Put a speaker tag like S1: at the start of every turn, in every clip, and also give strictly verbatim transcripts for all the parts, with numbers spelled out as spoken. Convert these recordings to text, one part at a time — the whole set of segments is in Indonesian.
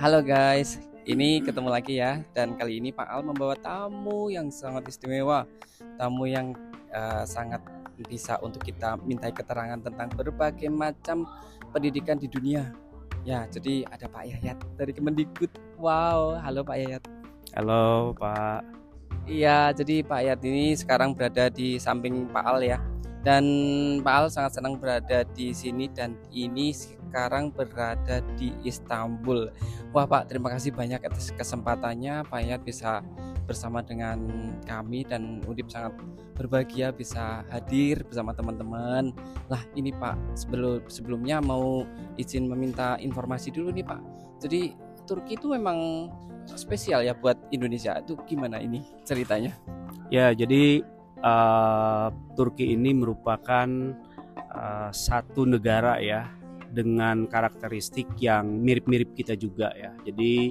S1: Halo guys, ini ketemu lagi ya. Dan kali ini Pak Al membawa tamu yang sangat istimewa, tamu yang uh, sangat bisa untuk kita mintai keterangan tentang berbagai macam pendidikan di dunia. Ya, jadi ada Pak Yayat dari Kemendikbud. Wow, halo Pak Yayat.
S2: Halo Pak.
S1: Iya, jadi Pak Yayat ini sekarang berada di samping Pak Al ya. Dan Pak Al sangat senang berada di sini dan ini sekarang berada di Istanbul. Wah Pak, terima kasih banyak atas kesempatannya. Pak Yayat bisa bersama dengan kami dan Undip sangat berbahagia bisa hadir bersama teman-teman. Lah ini Pak, sebelum sebelumnya mau izin meminta informasi dulu nih Pak. Jadi Turki itu memang spesial ya buat Indonesia. Itu gimana ini ceritanya?
S2: Ya, jadi uh, Turki ini merupakan uh, satu negara ya dengan karakteristik yang mirip-mirip kita juga ya. Jadi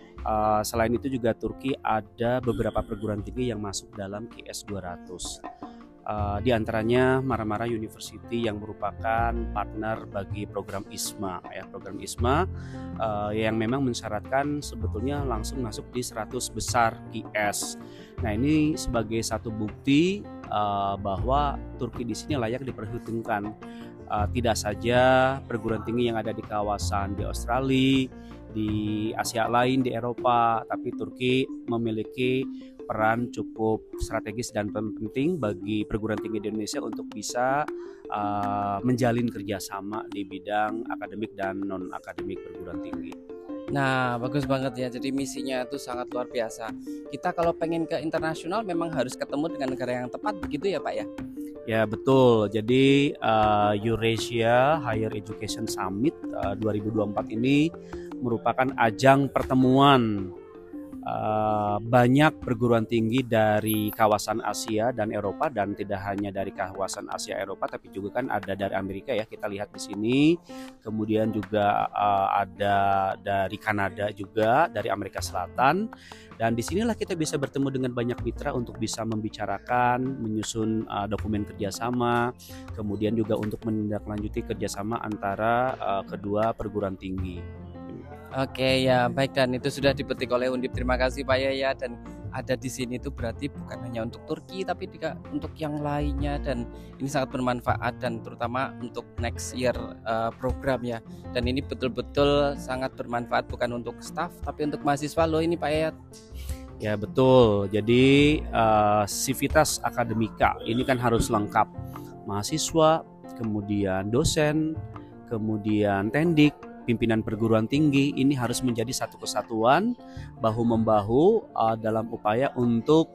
S2: uh, selain itu juga Turki ada beberapa perguruan tinggi yang masuk dalam Q S dua ratus. Uh, di antaranya Marmara University yang merupakan partner bagi program ISMA ya, program ISMA uh, yang memang mensyaratkan sebetulnya langsung masuk di seratus besar Q S. Nah, ini sebagai satu bukti uh, bahwa Turki di sini layak diperhitungkan. Uh, tidak saja perguruan tinggi yang ada di kawasan di Australia, di Asia lain, di Eropa, tapi Turki memiliki peran cukup strategis dan penting bagi perguruan tinggi di Indonesia untuk bisa uh, menjalin kerjasama di bidang akademik dan non akademik perguruan tinggi.
S1: Nah, bagus banget ya. Jadi misinya itu sangat luar biasa. Kita kalau pengen ke internasional memang harus ketemu dengan negara yang tepat, begitu ya Pak ya?
S2: Ya betul. Jadi uh, Eurasia Higher Education Summit uh, dua ribu dua puluh empat ini merupakan ajang pertemuan Uh, banyak perguruan tinggi dari kawasan Asia dan Eropa, dan tidak hanya dari kawasan Asia Eropa tapi juga kan ada dari Amerika ya, kita lihat di sini. Kemudian juga uh, ada dari Kanada juga, dari Amerika Selatan. Dan disinilah kita bisa bertemu dengan banyak mitra untuk bisa membicarakan, menyusun uh, dokumen kerjasama, kemudian juga untuk menindaklanjuti kerjasama antara uh, kedua perguruan tinggi.
S1: Oke ya, baik, dan itu sudah dipetik oleh Undip. Terima kasih Pak Yaya. Dan ada di sini itu berarti bukan hanya untuk Turki tapi juga untuk yang lainnya, dan ini sangat bermanfaat dan terutama untuk next year uh, program ya. Dan ini betul-betul sangat bermanfaat bukan untuk staff tapi untuk mahasiswa loh ini Pak Yaya.
S2: Ya betul. Jadi uh, Civitas Akademika ini kan harus lengkap, mahasiswa, kemudian dosen, kemudian tendik, pimpinan perguruan tinggi, ini harus menjadi satu kesatuan bahu-membahu uh, dalam upaya untuk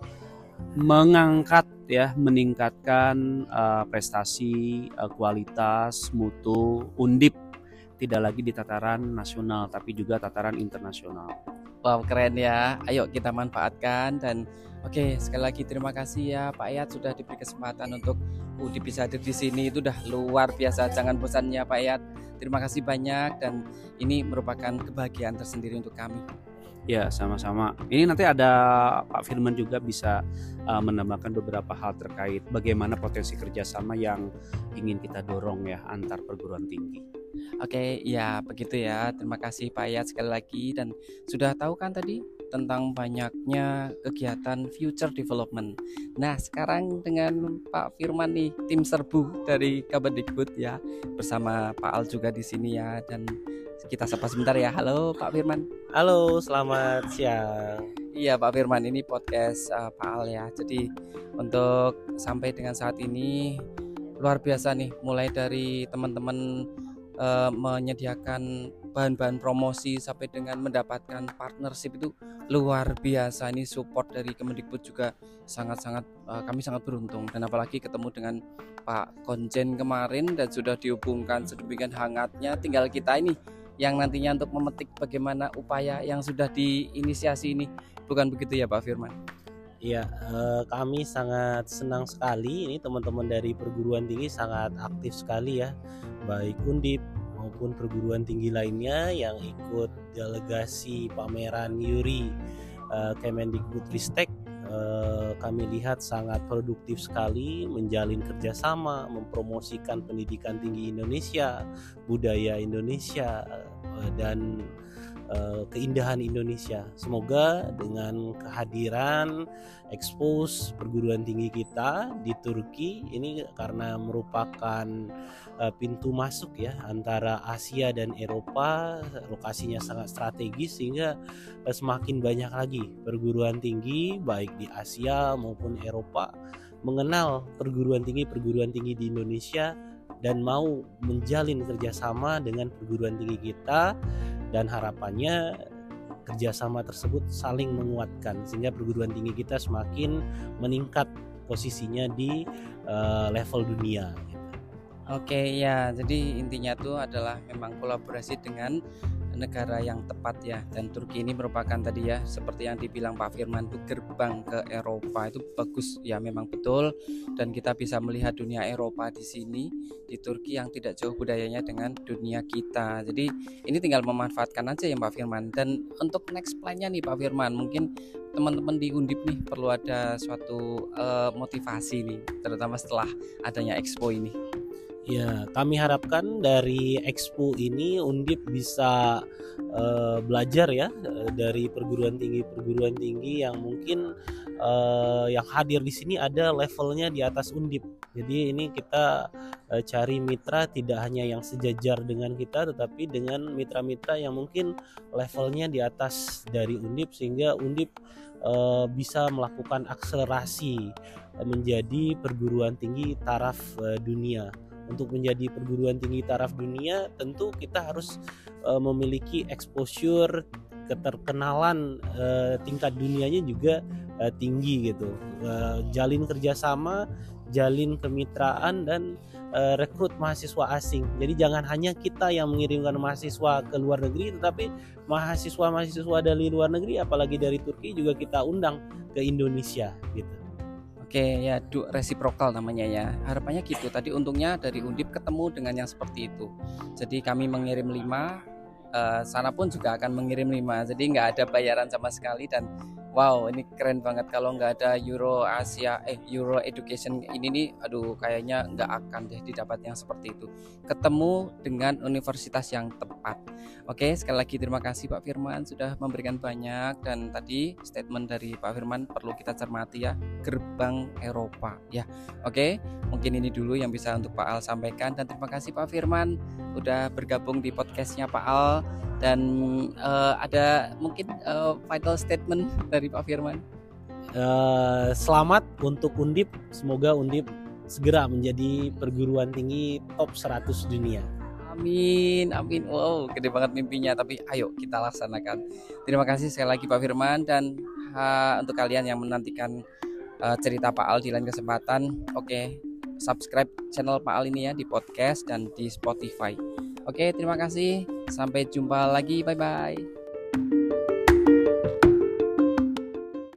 S2: mengangkat ya, meningkatkan uh, prestasi, uh, kualitas, mutu Undip, tidak lagi di tataran nasional tapi juga tataran internasional.
S1: Wow, keren ya. Ayo kita manfaatkan. Dan oke, sekali lagi terima kasih ya Pak Yat sudah diberi kesempatan untuk Undip bisa hadir di sini. Itu udah luar biasa. Jangan bosannya Pak Yat. Terima kasih banyak dan ini merupakan kebahagiaan tersendiri untuk kami.
S2: Ya, sama-sama. Ini nanti ada Pak Firman juga bisa uh, menambahkan beberapa hal terkait bagaimana potensi kerjasama yang ingin kita dorong ya antar perguruan tinggi.
S1: Oke, ya begitu ya. Terima kasih Pak Yat sekali lagi. Dan sudah tahu kan tadi tentang banyaknya kegiatan future development. Nah, sekarang dengan Pak Firman nih, tim serbu dari Kemendikbud ya, bersama Pak Al juga di sini ya. Dan kita sapa sebentar ya. Halo Pak Firman.
S3: Halo, selamat siang.
S1: Iya Pak Firman, ini podcast uh, Pak Al ya. Jadi untuk sampai dengan saat ini luar biasa nih, mulai dari teman-teman uh, menyediakan bahan-bahan promosi sampai dengan mendapatkan partnership, itu luar biasa. Ini support dari Kemendikbud juga sangat-sangat uh, kami sangat beruntung, dan apalagi ketemu dengan Pak Konjen kemarin dan sudah dihubungkan sedemikian hangatnya. Tinggal kita ini yang nantinya untuk memetik bagaimana upaya yang sudah diinisiasi ini, bukan begitu ya Pak Firman?
S3: Iya, eh, kami sangat senang sekali ini teman-teman dari perguruan tinggi sangat aktif sekali ya, baik Undip maupun perguruan tinggi lainnya yang ikut delegasi pameran Yuri eh, Kemendikbudristek. Eh, kami lihat sangat produktif sekali menjalin kerjasama, mempromosikan pendidikan tinggi Indonesia, budaya Indonesia, eh, dan uh, keindahan Indonesia. Semoga dengan kehadiran expose perguruan tinggi kita di Turki ini, karena merupakan uh, pintu masuk ya antara Asia dan Eropa, lokasinya sangat strategis, sehingga uh, semakin banyak lagi perguruan tinggi baik di Asia maupun Eropa mengenal perguruan tinggi perguruan tinggi di Indonesia dan mau menjalin kerjasama dengan perguruan tinggi kita, dan harapannya kerjasama tersebut saling menguatkan sehingga perguruan tinggi kita semakin meningkat posisinya di uh, level dunia.
S1: Oke ya, jadi intinya tuh adalah memang kolaborasi dengan negara yang tepat ya, dan Turki ini merupakan tadi ya seperti yang dibilang Pak Firman itu gerbang ke Eropa. Itu bagus ya, memang betul, dan kita bisa melihat dunia Eropa di sini di Turki yang tidak jauh budayanya dengan dunia kita. Jadi ini tinggal memanfaatkan aja ya Pak Firman. Dan untuk next plan-nya nih Pak Firman, mungkin teman-teman di Undip nih perlu ada suatu uh, motivasi nih, terutama setelah adanya Expo ini.
S3: Ya, kami harapkan dari Expo ini Undip bisa uh, belajar ya dari perguruan tinggi perguruan tinggi yang mungkin uh, yang hadir di sini ada levelnya di atas Undip. Jadi ini kita uh, cari mitra tidak hanya yang sejajar dengan kita, tetapi dengan mitra-mitra yang mungkin levelnya di atas dari Undip, sehingga Undip uh, bisa melakukan akselerasi uh, menjadi perguruan tinggi taraf uh, dunia. Untuk menjadi perguruan tinggi taraf dunia tentu kita harus uh, memiliki exposure, keterkenalan uh, tingkat dunianya juga uh, tinggi gitu. Uh, jalin kerjasama, jalin kemitraan, dan uh, rekrut mahasiswa asing. Jadi jangan hanya kita yang mengirimkan mahasiswa ke luar negeri, tetapi mahasiswa-mahasiswa dari luar negeri apalagi dari Turki juga kita undang ke Indonesia gitu.
S1: Oke ya, do reciprocal namanya ya. Harapannya gitu. Tadi untungnya dari Undip ketemu dengan yang seperti itu. Jadi kami mengirim lima, uh, sana pun juga akan mengirim lima. Jadi nggak ada bayaran sama sekali, dan wow, ini keren banget. Kalau nggak ada Euro Asia, eh Euro Education ini nih, aduh kayaknya nggak akan deh didapat yang seperti itu. Ketemu dengan universitas yang tepat. Oke, sekali lagi terima kasih Pak Firman sudah memberikan banyak, dan tadi statement dari Pak Firman perlu kita cermati ya, gerbang Eropa ya. Oke, mungkin ini dulu yang bisa untuk Pak Al sampaikan, dan terima kasih Pak Firman udah bergabung di podcastnya Pak Al. Dan uh, ada mungkin uh, final statement dari Pak Firman.
S3: Uh, selamat untuk Undip, semoga Undip segera menjadi perguruan tinggi top seratus dunia.
S1: Amin, amin. Wow, gede banget mimpinya, tapi ayo kita laksanakan. Terima kasih sekali lagi Pak Firman, dan uh, untuk kalian yang menantikan uh, cerita Pak Al di lain kesempatan, oke, okay, subscribe channel Pak Al ini ya di podcast dan di Spotify. Oke, terima kasih. Sampai jumpa lagi. Bye-bye.